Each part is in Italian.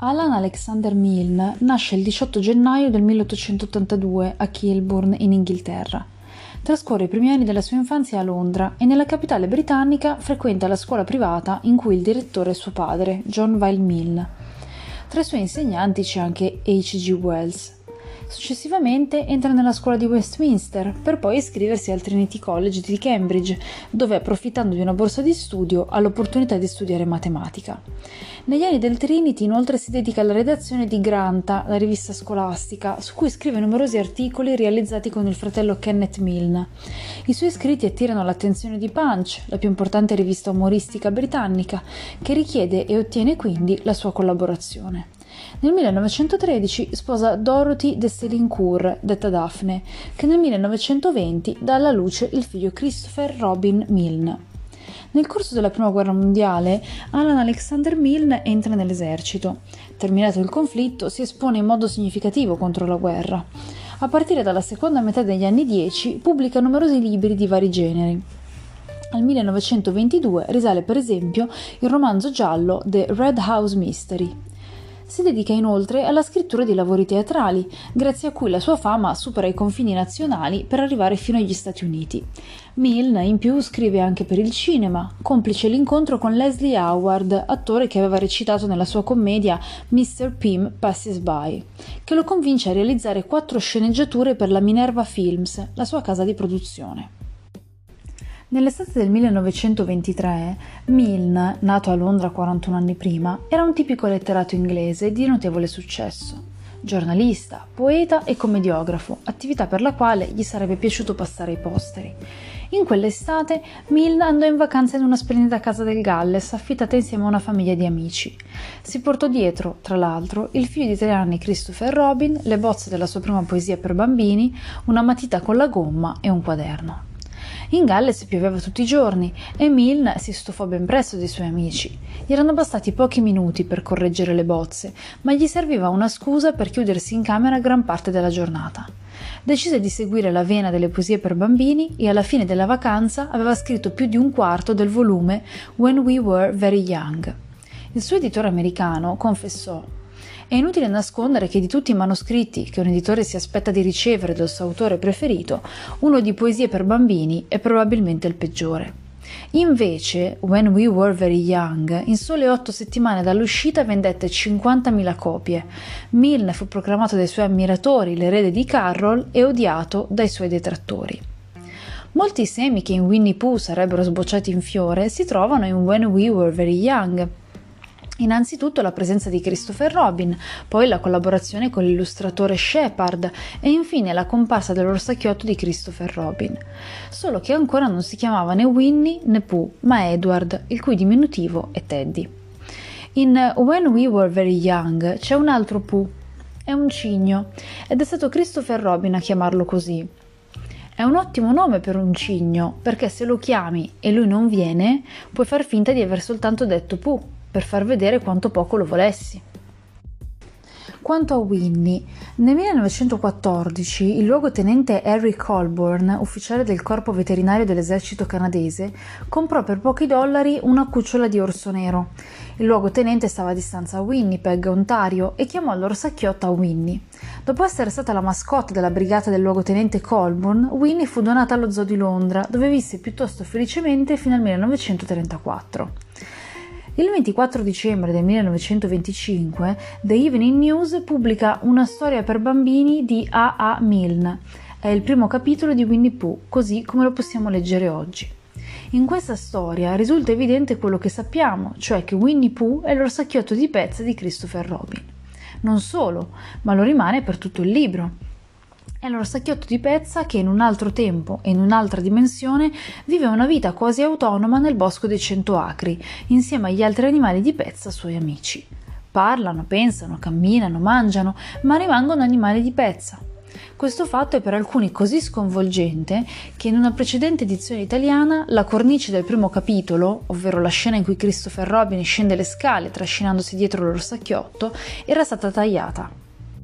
Alan Alexander Milne nasce il 18 gennaio del 1882 a Kilburn, in Inghilterra. Trascorre i primi anni della sua infanzia a Londra e nella capitale britannica frequenta la scuola privata in cui il direttore è suo padre, John Weil Milne. Tra i suoi insegnanti c'è anche H.G. Wells. Successivamente entra nella scuola di Westminster per poi iscriversi al Trinity College di Cambridge, dove, approfittando di una borsa di studio, ha l'opportunità di studiare matematica. Negli anni del Trinity inoltre si dedica alla redazione di Granta, la rivista scolastica, su cui scrive numerosi articoli realizzati con il fratello Kenneth Milne. I suoi scritti attirano l'attenzione di Punch, la più importante rivista umoristica britannica, che richiede e ottiene quindi la sua collaborazione. Nel 1913 sposa Dorothy de Selincourt, detta Daphne, che nel 1920 dà alla luce il figlio Christopher Robin Milne. Nel corso della Prima Guerra Mondiale, Alan Alexander Milne entra nell'esercito. Terminato il conflitto, si espone in modo significativo contro la guerra. A partire dalla seconda metà degli anni 10, pubblica numerosi libri di vari generi. Al 1922 risale per esempio il romanzo giallo The Red House Mystery. Si dedica inoltre alla scrittura di lavori teatrali, grazie a cui la sua fama supera i confini nazionali per arrivare fino agli Stati Uniti. Milne, in più, scrive anche per il cinema, complice l'incontro con Leslie Howard, attore che aveva recitato nella sua commedia Mr. Pym Passes By, che lo convince a realizzare 4 sceneggiature per la Minerva Films, la sua casa di produzione. Nell'estate del 1923, Milne, nato a Londra 41 anni prima, era un tipico letterato inglese di notevole successo. Giornalista, poeta e commediografo, attività per la quale gli sarebbe piaciuto passare ai posteri. In quell'estate, Milne andò in vacanza in una splendida casa del Galles, affittata insieme a una famiglia di amici. Si portò dietro, tra l'altro, il figlio di 3 anni Christopher Robin, le bozze della sua prima poesia per bambini, una matita con la gomma e un quaderno. In Galles pioveva tutti i giorni e Milne si stufò ben presto dei suoi amici. Gli erano bastati pochi minuti per correggere le bozze, ma gli serviva una scusa per chiudersi in camera gran parte della giornata. Decise di seguire la vena delle poesie per bambini e alla fine della vacanza aveva scritto più di un quarto del volume When We Were Very Young. Il suo editore americano confessò: «È inutile nascondere che di tutti i manoscritti che un editore si aspetta di ricevere dal suo autore preferito, uno di poesie per bambini è probabilmente il peggiore». Invece, When We Were Very Young, in sole 8 settimane dall'uscita vendette 50.000 copie. Milne fu proclamato dai suoi ammiratori l'erede di Carroll e odiato dai suoi detrattori. Molti semi che in Winnie Pooh sarebbero sbocciati in fiore si trovano in When We Were Very Young. Innanzitutto la presenza di Christopher Robin, poi la collaborazione con l'illustratore Shepard e infine la comparsa dell'orsacchiotto di Christopher Robin. Solo che ancora non si chiamava né Winnie né Pooh, ma Edward, il cui diminutivo è Teddy. In When We Were Very Young c'è un altro Pooh, è un cigno, ed è stato Christopher Robin a chiamarlo così. È un ottimo nome per un cigno, perché se lo chiami e lui non viene, puoi far finta di aver soltanto detto Pooh, per far vedere quanto poco lo volessi. Quanto a Winnie, nel 1914 il luogotenente Harry Colborne, ufficiale del corpo veterinario dell'esercito canadese, comprò per pochi dollari una cucciola di orso nero. Il luogotenente stava a distanza a Winnipeg, Ontario, e chiamò l'orsacchiotto Winnie. Dopo essere stata la mascotte della brigata del luogotenente Colborne, Winnie fu donata allo zoo di Londra, dove visse piuttosto felicemente fino al 1934. Il 24 dicembre del 1925 The Evening News pubblica una storia per bambini di A. A. Milne. È il primo capitolo di Winnie Pooh, così come lo possiamo leggere oggi. In questa storia risulta evidente quello che sappiamo, cioè che Winnie Pooh è l'orsacchiotto di pezza di Christopher Robin. Non solo, ma lo rimane per tutto il libro. È l'orsacchiotto di pezza che in un altro tempo e in un'altra dimensione vive una vita quasi autonoma nel bosco dei 100 acri, insieme agli altri animali di pezza suoi amici. Parlano, pensano, camminano, mangiano, ma rimangono animali di pezza. Questo fatto è per alcuni così sconvolgente che in una precedente edizione italiana la cornice del primo capitolo, ovvero la scena in cui Christopher Robin scende le scale trascinandosi dietro l'orsacchiotto, era stata tagliata.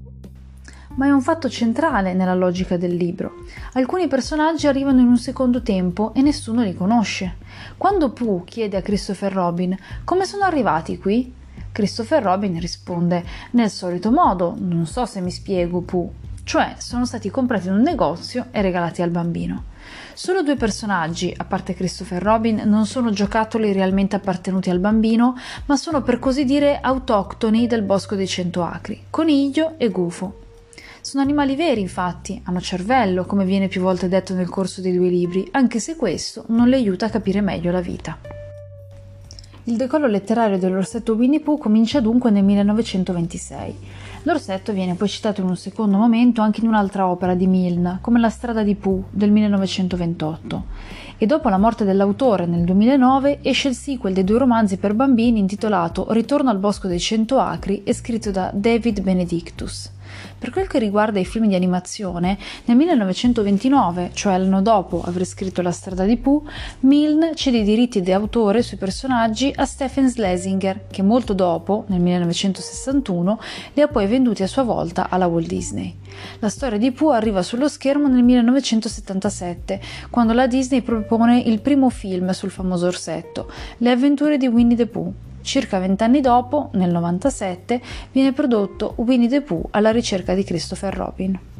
Ma è un fatto centrale nella logica del libro. Alcuni personaggi arrivano in un secondo tempo e nessuno li conosce. Quando Pooh chiede a Christopher Robin «Come sono arrivati qui?», Christopher Robin risponde: nel solito modo, non so se mi spiego, Pooh. Cioè, sono stati comprati in un negozio e regalati al bambino. Solo 2 personaggi, a parte Christopher Robin, non sono giocattoli realmente appartenuti al bambino, ma sono per così dire autoctoni del Bosco dei 100 Acri, Coniglio e Gufo. Sono animali veri, infatti, hanno cervello, come viene più volte detto nel corso dei 2 libri, anche se questo non le aiuta a capire meglio la vita. Il decollo letterario dell'orsetto Winnie Pooh comincia dunque nel 1926. L'orsetto viene poi citato in un secondo momento anche in un'altra opera di Milne, come La strada di Pooh del 1928, e dopo la morte dell'autore nel 2009 esce il sequel dei 2 romanzi per bambini intitolato Ritorno al Bosco dei 100 Acri e scritto da David Benedictus. Per quel che riguarda i film di animazione, nel 1929, cioè l'anno dopo aver scritto La strada di Pooh, Milne cede i diritti di autore sui personaggi a Stephen Schlesinger, che molto dopo, nel 1961, li ha poi venduti a sua volta alla Walt Disney. La storia di Pooh arriva sullo schermo nel 1977, quando la Disney propone il primo film sul famoso orsetto, Le avventure di Winnie the Pooh. Circa 20 anni dopo, nel 97, viene prodotto Winnie the Pooh alla ricerca di Christopher Robin.